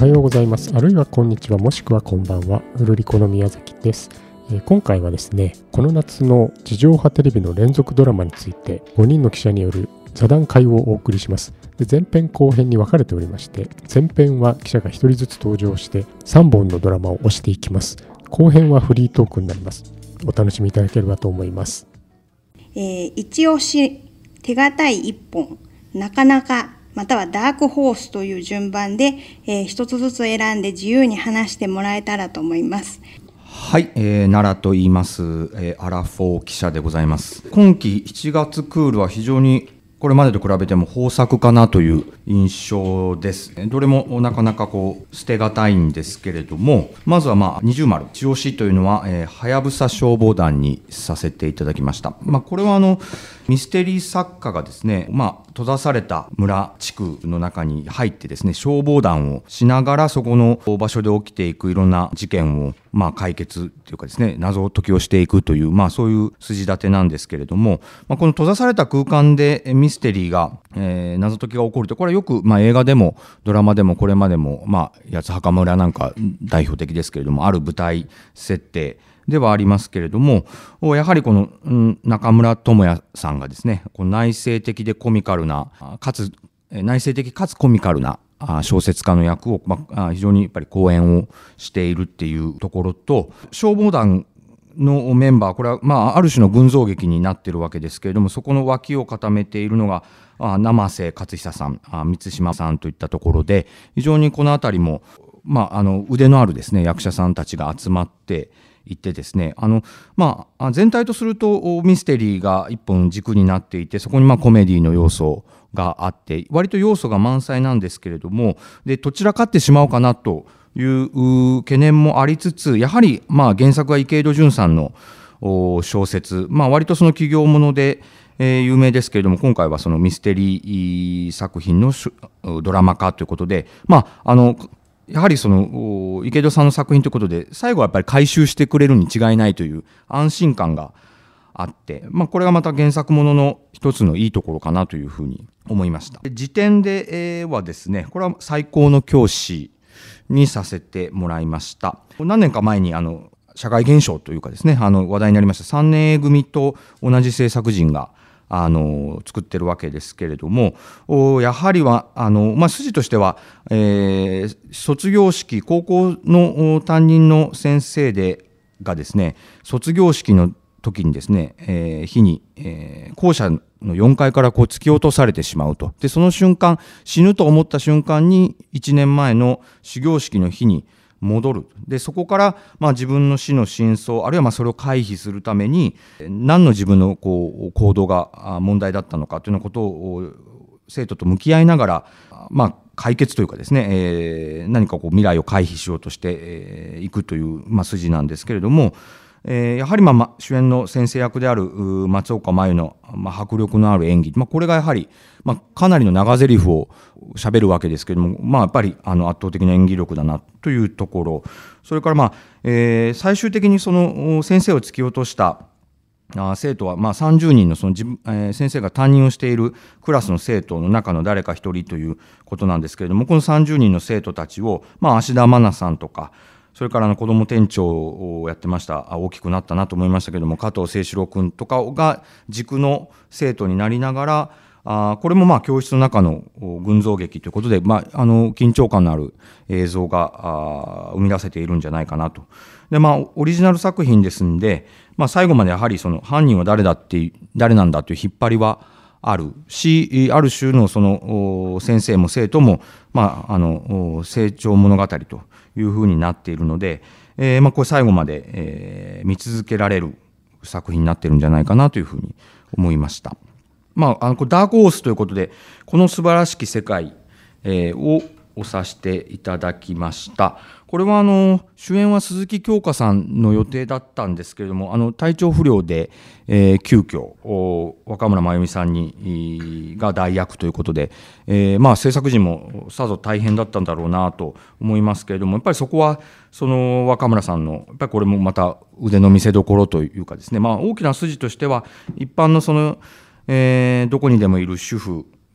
はようございます。あるいはこんにちは、もしくはこんばんは。うるりこの宮崎です。今回はですね、この夏の地上波テレビの連続ドラマについて5人の記者による座談会をお送りします。で、前編後編に分かれておりまして、前編は記者が1人ずつ登場して3本のドラマを推していきます。後編はフリートークになります。お楽しみいただければと思います。 一押し手堅い一本、なかなかまたはダークホースという順番で、一つずつ選んで自由に話してもらえたらと思います。 はい、奈良と言います、アラフォー記者でございます。今期7月クールは非常にこれまでと比べても豊作かなという印象です。どれもなかなか捨てがたいんですけれども、まずは二重丸一押しというのは、はやぶさ消防団にさせていただきました。これはミステリー作家がですね、閉ざされた村地区の中に入ってですね、消防団をしながらそこの場所で起きていくいろんな事件を解決というかですね、謎解きをしていくという、そういう筋立てなんですけれども、この閉ざされた空間でミステリーが、謎解きが起こると、これはよく、映画でもドラマでもこれまでも、八つ墓村なんか代表的ですけれども、ある舞台設定ではありますけれども、やはりこの中村倫也さんがですね、この内省的でコミカルなかつコミカルな小説家の役を、非常にやっぱり講演をしているっていうところと、消防団のメンバー、これはある種の群像劇になっているわけですけれども、そこの脇を固めているのが生瀬勝久さん、満島さんといったところで、非常にこの辺りも、腕のあるですね役者さんたちが集まっていてですね、全体とするとミステリーが一本軸になっていて、そこにコメディの要素があって割と要素が満載なんですけれども、でどちらかってしまおうかなという懸念もありつつ、やはり原作は池井戸潤さんの小説、割とその企業もので有名ですけれども、今回はそのミステリー作品のドラマ化ということで、やはりその池井戸さんの作品ということで、最後はやっぱり回収してくれるに違いないという安心感があって、これがまた原作ものの一つのいいところかなというふうに思いました。時点ではですね、これは最高の教師にさせてもらいました。何年か前に社会現象というかですね、話題になりました3年 A 組と同じ制作陣が作ってるわけですけれども、やはりは筋としては、卒業式、高校の担任の先生がですね、卒業式の時にですね、日に、校舎の4階から突き落とされてしまうと。でその瞬間、死ぬと思った瞬間に1年前の始業式の日に戻る。でそこから自分の死の真相、あるいはそれを回避するために何の自分の行動が問題だったのかというようなことを生徒と向き合いながら、解決というかですね、何か未来を回避しようとしていくという筋なんですけれども、やはり主演の先生役である松岡茉優の迫力のある演技、これがやはりかなりの長台詞を喋るわけですけれども、やっぱり圧倒的な演技力だなというところ、それから最終的にその先生を突き落とした生徒は30人の先生が担任をしているクラスの生徒の中の誰か一人ということなんですけれども、この30人の生徒たちを芦田愛菜さんとか、それから子ども店長をやってました、大きくなったなと思いましたけども、加藤清史郎君とかが軸の生徒になりながら、これも教室の中の群像劇ということで、緊張感のある映像が生み出せているんじゃないかなと。でオリジナル作品ですんで、最後までやはりその犯人は誰なんだという引っ張りはあるし、ある種のその先生も生徒も、成長物語というふうになっているので、これ最後まで、見続けられる作品になっているんじゃないかなというふうに思いました。これダークホースということで、この素晴らしき世界、を押させていただきました。これは主演は鈴木京香さんの予定だったんですけれども、体調不良で、急遽若村麻由美さんが代役ということで、制作陣もさぞ大変だったんだろうなと思いますけれども、やっぱりそこはその若村さんのやっぱりこれもまた腕の見せ所というかですね、大きな筋としては一般のどこにでもいる主婦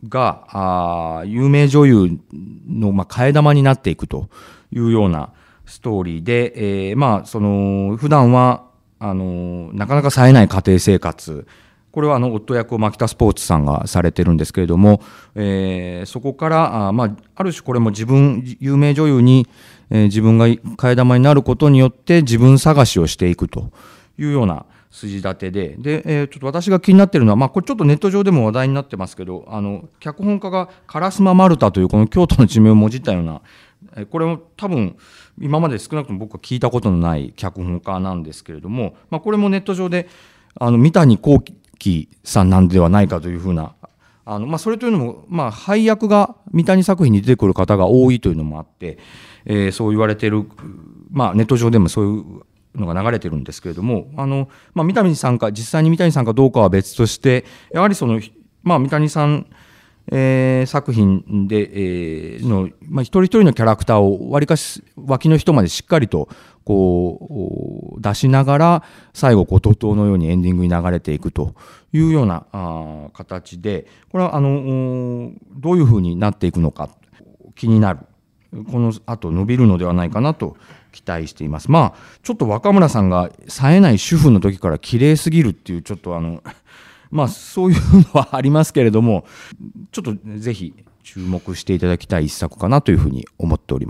が有名女優の替え玉になっていくというようなストーリーで、普段はなかなか冴えない家庭生活、これは夫役を牧田スポーツさんがされてるんですけれども、そこからある種これも有名女優に、自分が替え玉になることによって自分探しをしていくというような筋立てで、ちょっと私が気になっているのは、これちょっとネット上でも話題になってますけど、脚本家が烏丸太というこの京都の地名をもじったような、これも多分今まで少なくとも僕は聞いたことのない脚本家なんですけれども、これもネット上で三谷幸喜さんなんではないかというふうな、それというのも、配役が三谷作品に出てくる方が多いというのもあって、そう言われている、ネット上でもそういうのが流れてるんですけれども、三谷さんか実際に三谷さんかどうかは別として、やはり三谷さん作品で、一人一人のキャラクターをわりかし脇の人までしっかりとこう出しながら、最後怒涛のようにエンディングに流れていくというような形で、これはどういうふうになっていくのか気になる、この後伸びるのではないかなと期待しています。ちょっと若村さんが冴えない主婦の時から綺麗すぎるっていう、ちょっとそういうのはありますけれども、ちょっとぜひ注目していただきたい一作かなというふうに思っております。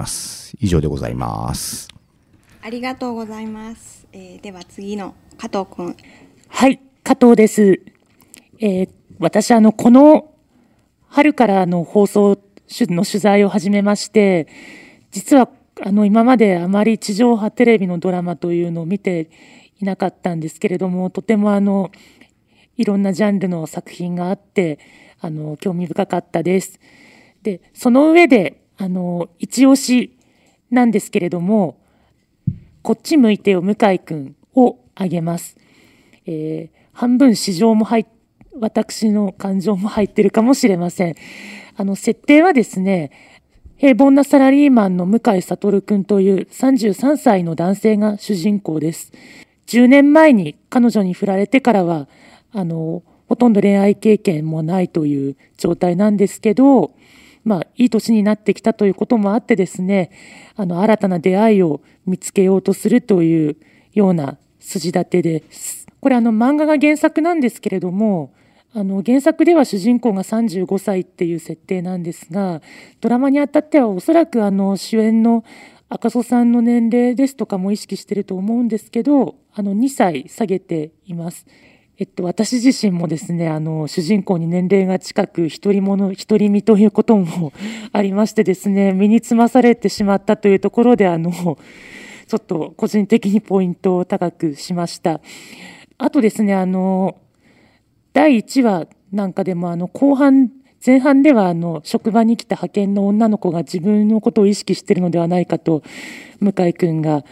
以上でございます。 ありがとうございます。では次の加藤君。 はい、加藤です。私この春から放送の取材を始めまして、実は今まであまり地上波テレビのドラマというのを見ていなかったんですけれども、とてもいろんなジャンルの作品があって興味深かったです。でその上で一押しなんですけれども、こっち向いてよ向井くんを挙げます。半分私情も私の感情も入ってるかもしれません。設定はですね、平凡なサラリーマンの向井悟くんという33歳の男性が主人公です。10年前に彼女に振られてからはほとんど恋愛経験もないという状態なんですけど、いい年になってきたということもあってですね、新たな出会いを見つけようとするというような筋立てです。これ漫画が原作なんですけれども、原作では主人公が35歳っていう設定なんですが、ドラマにあたってはおそらく主演の赤楚さんの年齢ですとかも意識していると思うんですけど、2歳下げています。私自身もですね、主人公に年齢が近く独り身ということもありましてですね、身につまされてしまったというところでちょっと個人的にポイントを高くしました。あとですね、第1話なんかでも前半では職場に来た派遣の女の子が自分のことを意識しているのではないかと向井くんが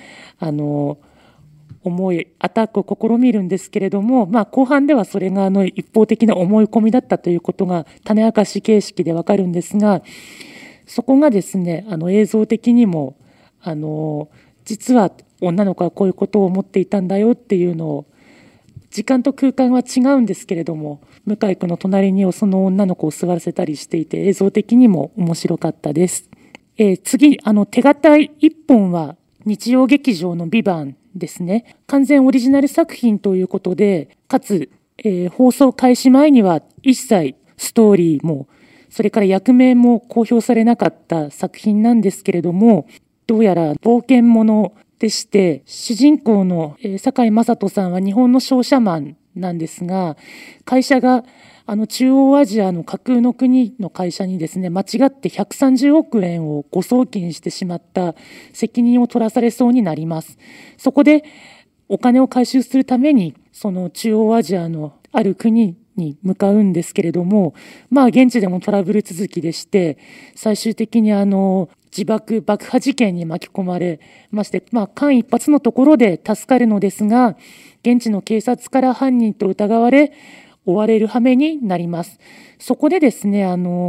アタックを試みるんですけれども、後半ではそれが一方的な思い込みだったということが種明かし形式でわかるんですが、そこがですね映像的にも実は女の子はこういうことを思っていたんだよっていうのを、時間と空間は違うんですけれども、向井君の隣にその女の子を座らせたりしていて、映像的にも面白かったです。次手堅い一本は日曜劇場のビバンですね。完全オリジナル作品ということで、かつ、放送開始前には一切ストーリーもそれから役名も公表されなかった作品なんですけれども、どうやら冒険ものでして、主人公の堺雅人さんは日本の商社マンなんですが、会社が中央アジアの架空の国の会社にですね、間違って130億円を誤送金してしまった責任を取らされそうになります。そこでお金を回収するためにその中央アジアのある国に向かうんですけれども、現地でもトラブル続きでして、最終的に自爆爆破事件に巻き込まれまして、間一髪のところで助かるのですが、現地の警察から犯人と疑われ追われる羽目になります。そこでですね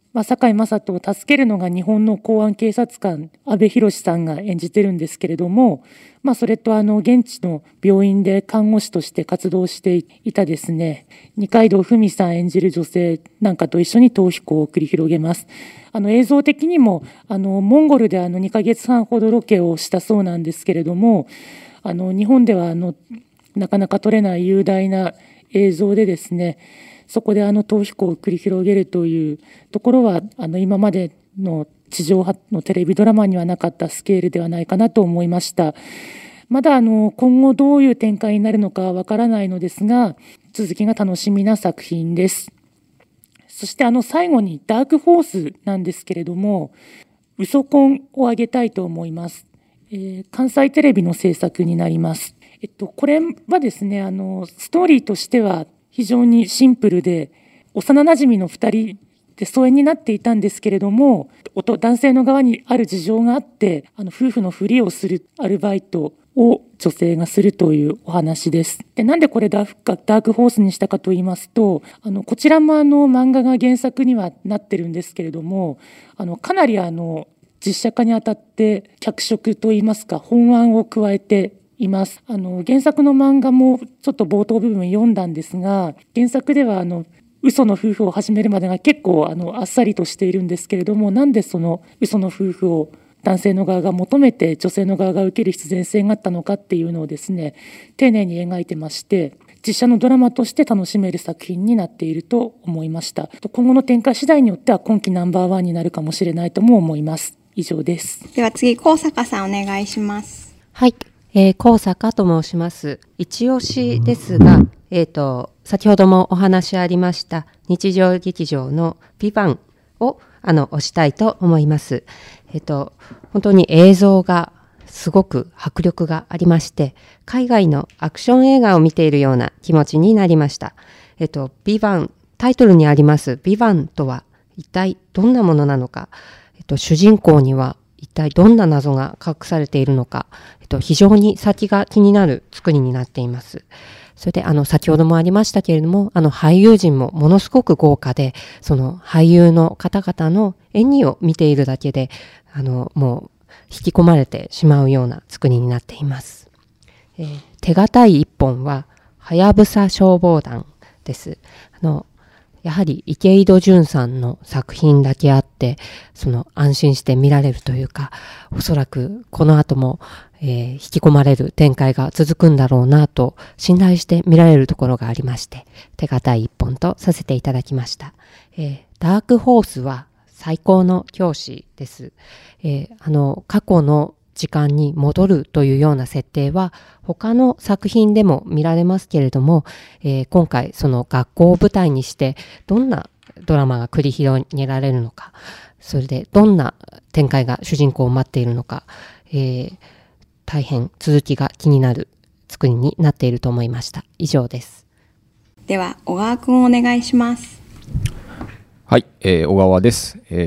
堺雅人を助けるのが日本の公安警察官阿部寛さんが演じてるんですけれども、それと現地の病院で看護師として活動していたですね、二階堂ふみさん演じる女性なんかと一緒に逃避行を繰り広げます。映像的にもモンゴルで2ヶ月半ほどロケをしたそうなんですけれども、日本ではなかなか撮れない雄大な映像でですね、そこで逃避行を繰り広げるというところは今までの地上波のテレビドラマにはなかったスケールではないかなと思いました。まだ今後どういう展開になるのかわからないのですが、続きが楽しみな作品です。そして最後にダークホースなんですけれども、ウソ婚を挙げたいと思います。関西テレビの制作になります。これはですね、ストーリーとしては非常にシンプルで、幼なじみの2人で疎遠になっていたんですけれども、男性の側にある事情があって、夫婦のふりをするアルバイトを女性がするというお話です。で、なんでこれダークホースにしたかと言いますと、こちらも漫画が原作にはなってるんですけれども、かなり実写化にあたって脚色といいますか本案を加えています。原作の漫画もちょっと冒頭部分読んだんですが、原作では嘘の夫婦を始めるまでが結構あっさりとしているんですけれども、なんでその嘘の夫婦を男性の側が求めて女性の側が受ける必然性があったのかっていうのをですね、丁寧に描いてまして、実写のドラマとして楽しめる作品になっていると思いました。今後の展開次第によっては今期ナンバーワンになるかもしれないとも思います。以上です。 では次、高坂さんお願いします。 はい、高坂と申します。一押しですが、先ほどもお話ありました日常劇場のビバンを推したいと思います。本当に映像がすごく迫力がありまして、海外のアクション映画を見ているような気持ちになりました。ビバン、タイトルにありますビバンとは一体どんなものなのか、主人公には一体どんな謎が隠されているのか、非常に先が気になる作りになっています。それで先ほどもありましたけれども、俳優陣もものすごく豪華で、その俳優の方々の演技を見ているだけでもう引き込まれてしまうような作りになっています。手堅い一本ははやぶさ消防団です。やはり池井戸潤さんの作品だけあって、安心して見られるというか、おそらくこの後も、引き込まれる展開が続くんだろうなと信頼して見られるところがありまして、手堅い一本とさせていただきました。ダークホースは最高の教師です。過去の時間に戻るというような設定は他の作品でも見られますけれども、今回その学校を舞台にしてどんなドラマが繰り広げられるのか、それでどんな展開が主人公を待っているのか、大変続きが気になる作りになっていると思いました。以上です。 では小川くんお願いします。 はい、小川です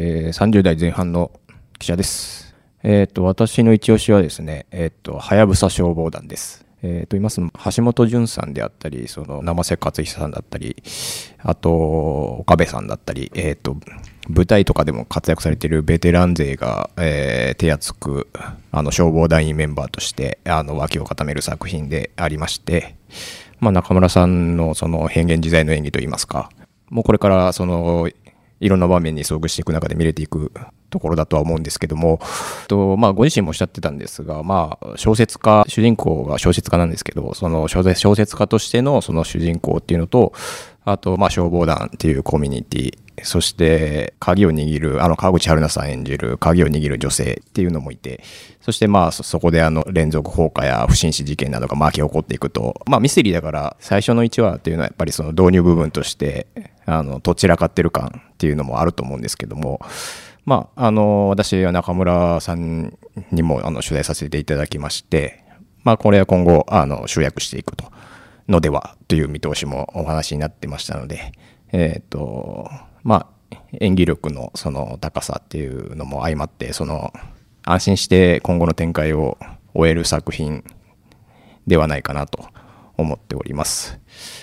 。30代前半の記者です。私の一押しはですね、はやぶさ消防団です。言いますの橋本淳さんであったり、生瀬勝久さんだったり、あと岡部さんだったり、舞台とかでも活躍されているベテラン勢が、手厚く消防団員メンバーとして脇を固める作品でありまして、中村さんの変幻自在の演技といいますか、もうこれからいろんな場面に遭遇していく中で見れていくところだとは思うんですけども、ご自身もおっしゃってたんですが、小説家、主人公が小説家なんですけど、その小説家としてのその主人公っていうのと、あと消防団っていうコミュニティ、そして鍵を握る川口春奈さん演じる鍵を握る女性っていうのもいて、そしてそこで連続放火や不審死事件などが巻き起こっていくと、ミステリーだから最初の1話っていうのはやっぱりその導入部分としてどちらかってる感っていうのもあると思うんですけども、私は中村さんにも取材させていただきまして、これは今後集約していくとのではという見通しもお話になってましたので、演技力のその高さっていうのも相まって、安心して今後の展開を終える作品ではないかなと思っております。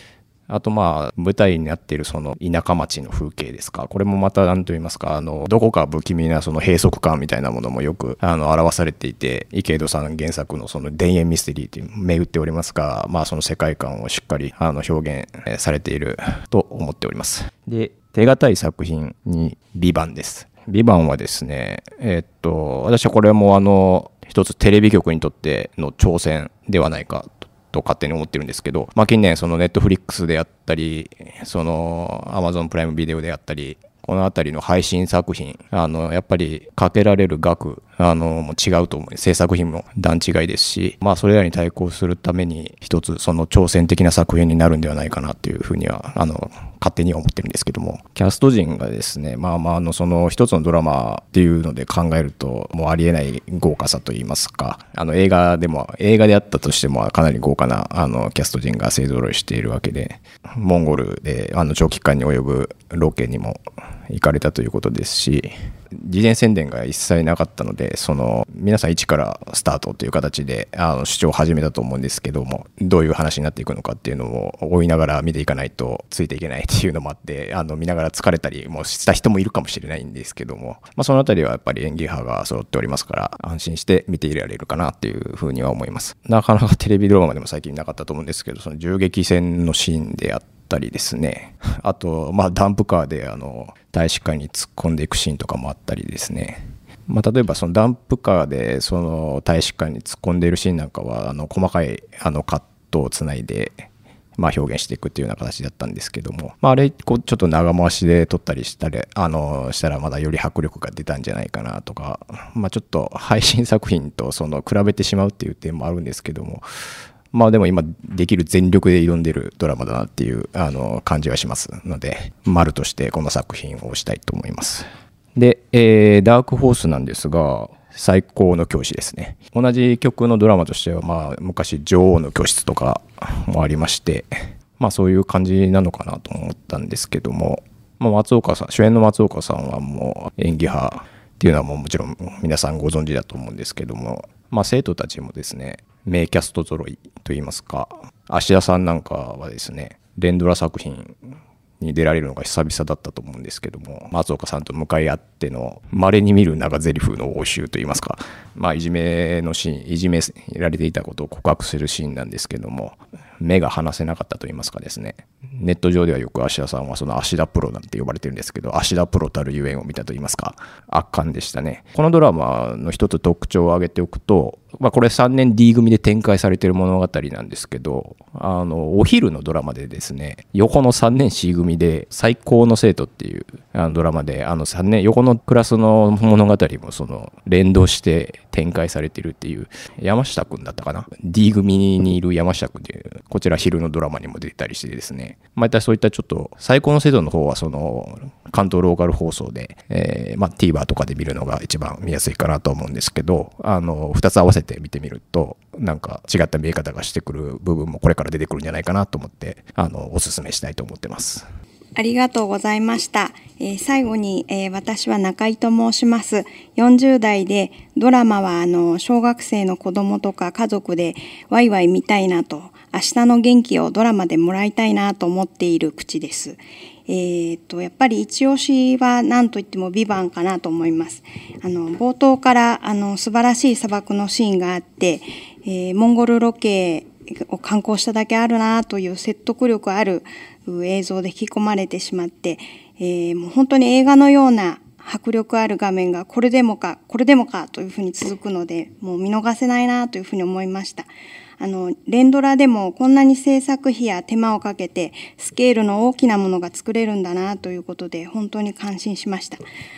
あと舞台になっているその田舎町の風景ですか。これもまた何と言いますか、どこか不気味なその閉塞感みたいなものもよく表されていて、池井戸さん原作のその田園ミステリーという銘打っておりますが、その世界観をしっかり表現されていると思っております。で、手堅い作品にビバンです。ビバンはですね、私はこれも一つテレビ局にとっての挑戦ではないかと勝手に思ってるんですけど、近年そのネットフリックスであったり、そのアマゾンプライムビデオであったり、このあたりの配信作品、やっぱりかけられる額、も違うと思う。制作費も段違いですし、それらに対抗するために一つその挑戦的な作品になるんではないかなというふうには、勝手には思ってるんですけども、キャスト陣がですね、その一つのドラマっていうので考えると、もうありえない豪華さといいますか、映画であったとしてもかなり豪華なキャスト陣が勢ぞろいしているわけで、モンゴルで長期間に及ぶロケにも行かれたということですし、事前宣伝が一切なかったので、その皆さん一からスタートという形で主張を始めたと思うんですけども、どういう話になっていくのかっていうのを追いながら見ていかないとついていけないっていうのもあって、見ながら疲れたりもした人もいるかもしれないんですけども、そのあたりはやっぱり演技派が揃っておりますから、安心して見ていられるかなっていうふうには思います。なかなかテレビドラマでも最近なかったと思うんですけど、その銃撃戦のシーンであったりですね、あとダンプカーで大使館に突っ込んでいくシーンとかもあったりですね、例えばそのダンプカーでその大使館に突っ込んでいるシーンなんかは細かいカットをつないで表現していくっていうような形だったんですけども、あれちょっと長回しで撮ったりしたらまだより迫力が出たんじゃないかなとか、ちょっと配信作品とその比べてしまうっていう点もあるんですけども、でも今できる全力で挑んでるドラマだなっていう感じはしますので、丸としてこの作品を推したいと思います。で、ダークホースなんですが、最高の教師ですね。同じ曲のドラマとしては昔女王の教室とかもありまして、そういう感じなのかなと思ったんですけども、松岡さん、主演の松岡さんはもう演技派っていうのはもちろん皆さんご存知だと思うんですけども、生徒たちもですね、名キャスト揃いといいますか、芦田さんなんかはですね、連ドラ作品に出られるのが久々だったと思うんですけども、松岡さんと向かい合っての稀に見る長台詞の応酬といいますか、いじめのシーン、いじめられていたことを告白するシーンなんですけども、目が離せなかったといいますかですね、ネット上ではよく芦田さんはその芦田プロなんて呼ばれてるんですけど、芦田プロたるゆえんを見たといいますか、圧巻でしたね。このドラマの一つ特徴を挙げておくと、これ3年 D 組で展開されている物語なんですけど、お昼のドラマでですね、横の3年 C 組で最高の生徒っていうドラマで、3年横のクラスの物語もその連動して展開されているっていう、山下くんだったかな、 D 組にいる山下くんっていう、こちら昼のドラマにも出たりしてですね、毎回そういったちょっと最高の生徒の方はその関東ローカル放送で、TVer とかで見るのが一番見やすいかなと思うんですけど、2つ合わせて見てみるとなんか違った見え方がしてくる部分もこれから出てくるんじゃないかなと思っておすすめしたいと思ってます。 ありがとうございました。最後に、私は中井と申します。40代でドラマは小学生の子供とか家族でワイワイ見たいなと、明日の元気をドラマでもらいたいなと思っている口です。やっぱり一押しは何といってもビバンかなと思います。冒頭から素晴らしい砂漠のシーンがあって、モンゴルロケを観光しただけあるなという説得力ある映像で引き込まれてしまって、もう本当に映画のような迫力ある画面がこれでもかというふうに続くので、もう見逃せないなというふうに思いました。連ドラでもこんなに制作費や手間をかけてスケールの大きなものが作れるんだなということで本当に感心しました。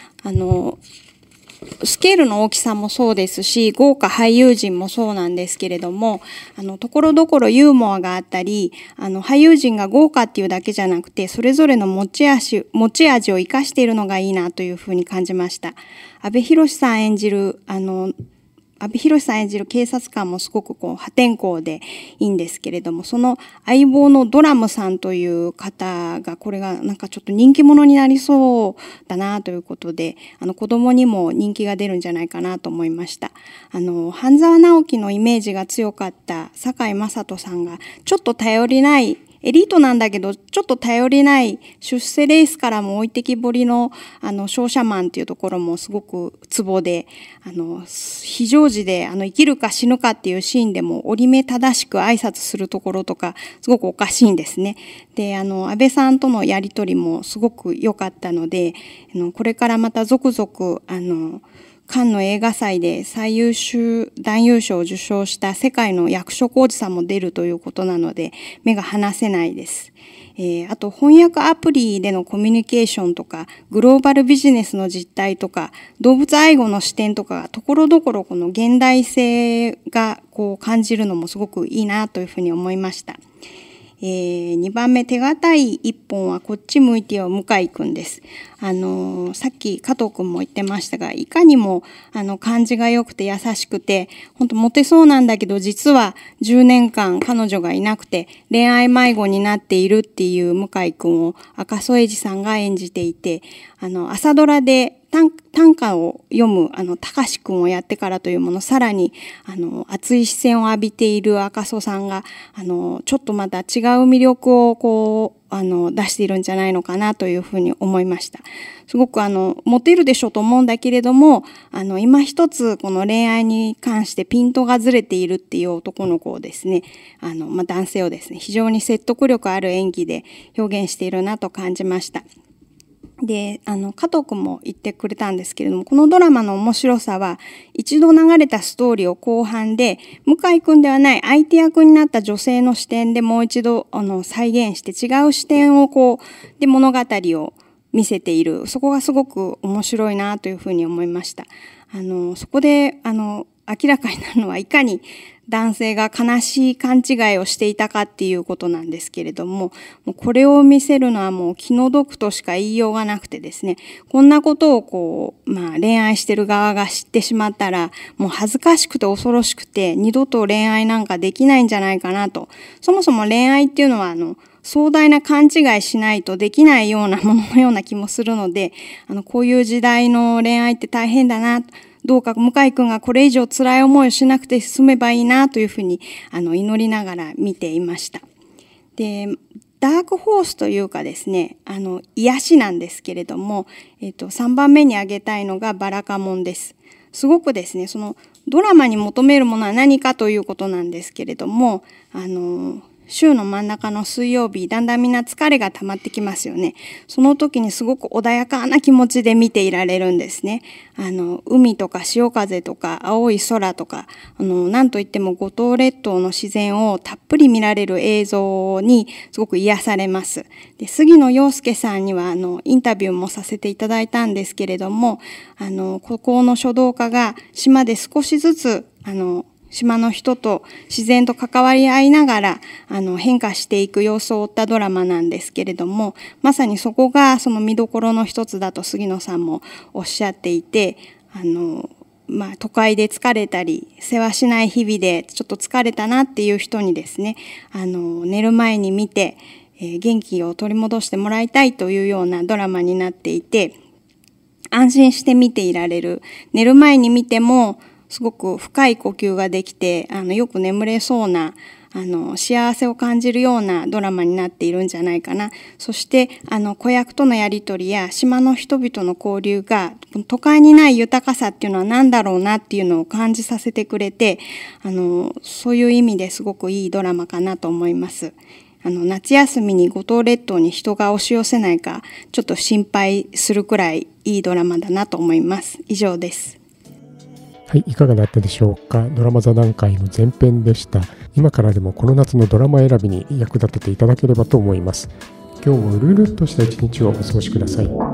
スケールの大きさもそうですし、豪華俳優陣もそうなんですけれども、ところどころユーモアがあったり、俳優陣が豪華っていうだけじゃなくて、それぞれの持ち味を生かしているのがいいなというふうに感じました。阿部寛さん演じる警察官もすごく破天荒でいいんですけれども、その相棒のドラムさんという方が、これがなんかちょっと人気者になりそうだなということで、子供にも人気が出るんじゃないかなと思いました。半沢直樹のイメージが強かった堺雅人さんがちょっと頼りないエリートなんだけどちょっと頼りない出世レースからも置いてきぼりの商社マンっていうところもすごくツボで、非常時で生きるか死ぬかっていうシーンでも折り目正しく挨拶するところとかすごくおかしいんですね。で、安倍さんとのやりとりもすごく良かったので、これからまた続々カンヌ映画祭で最優秀男優賞を受賞した世界の役所広司さんも出るということなので目が離せないです。あと翻訳アプリでのコミュニケーションとかグローバルビジネスの実態とか動物愛護の視点とかところどころこの現代性がこう感じるのもすごくいいなというふうに思いました。2番目手堅い一本はこっち向いてよ向井くんです。さっき加藤くんも言ってましたが、いかにも感じが良くて優しくて本当モテそうなんだけど実は10年間彼女がいなくて恋愛迷子になっているっていう向井くんを赤楚衛二さんが演じていて、朝ドラで短歌を読む高志くんをやってからというもの、さらに熱い視線を浴びている赤楚さんがちょっとまた違う魅力をこう出しているんじゃないのかなというふうに思いました。すごくモテるでしょと思うんだけれども今一つこの恋愛に関してピントがずれているっていう男の子をですね男性をですね非常に説得力ある演技で表現しているなと感じました。で、加藤くんも言ってくれたんですけれども、このドラマの面白さは、一度流れたストーリーを後半で、向井くんではない相手役になった女性の視点でもう一度再現して違う視点をで物語を見せている。そこがすごく面白いなというふうに思いました。そこで、明らかになるのはいかに男性が悲しい勘違いをしていたかっていうことなんですけれども、これを見せるのはもう気の毒としか言いようがなくてですね、こんなことを恋愛してる側が知ってしまったらもう恥ずかしくて恐ろしくて二度と恋愛なんかできないんじゃないかなと。そもそも恋愛っていうのは壮大な勘違いしないとできないようなもののような気もするので、こういう時代の恋愛って大変だな、どうか向井くんがこれ以上辛い思いをしなくて済めばいいなというふうに祈りながら見ていました。で、ダークホースというかですね、癒しなんですけれども、3番目に挙げたいのがバラカモンです。すごくですね、そのドラマに求めるものは何かということなんですけれども、週の真ん中の水曜日、だんだんみんな疲れが溜まってきますよね。その時にすごく穏やかな気持ちで見ていられるんですね。海とか潮風とか青い空とか、なんといっても五島列島の自然をたっぷり見られる映像にすごく癒されます。で、杉野遥亮さんにはインタビューもさせていただいたんですけれども、ここの書道家が島で少しずつ島の人と自然と関わり合いながら変化していく様子を追ったドラマなんですけれども、まさにそこがその見どころの一つだと杉野さんもおっしゃっていて、都会で疲れたり世話しない日々でちょっと疲れたなっていう人にですね、寝る前に見て、元気を取り戻してもらいたいというようなドラマになっていて、安心して見ていられる、寝る前に見てもすごく深い呼吸ができてよく眠れそうな幸せを感じるようなドラマになっているんじゃないかな。そして子役とのやり取りや島の人々の交流が都会にない豊かさっていうのは何だろうなっていうのを感じさせてくれて、そういう意味ですごくいいドラマかなと思います。夏休みに五島列島に人が押し寄せないかちょっと心配するくらいいいドラマだなと思います。以上です。 はい、いかがだったでしょうか。ドラマ座談会の前編でした。今からでもこの夏のドラマ選びに役立てていただければと思います。今日もルールっとした一日をお過ごしください。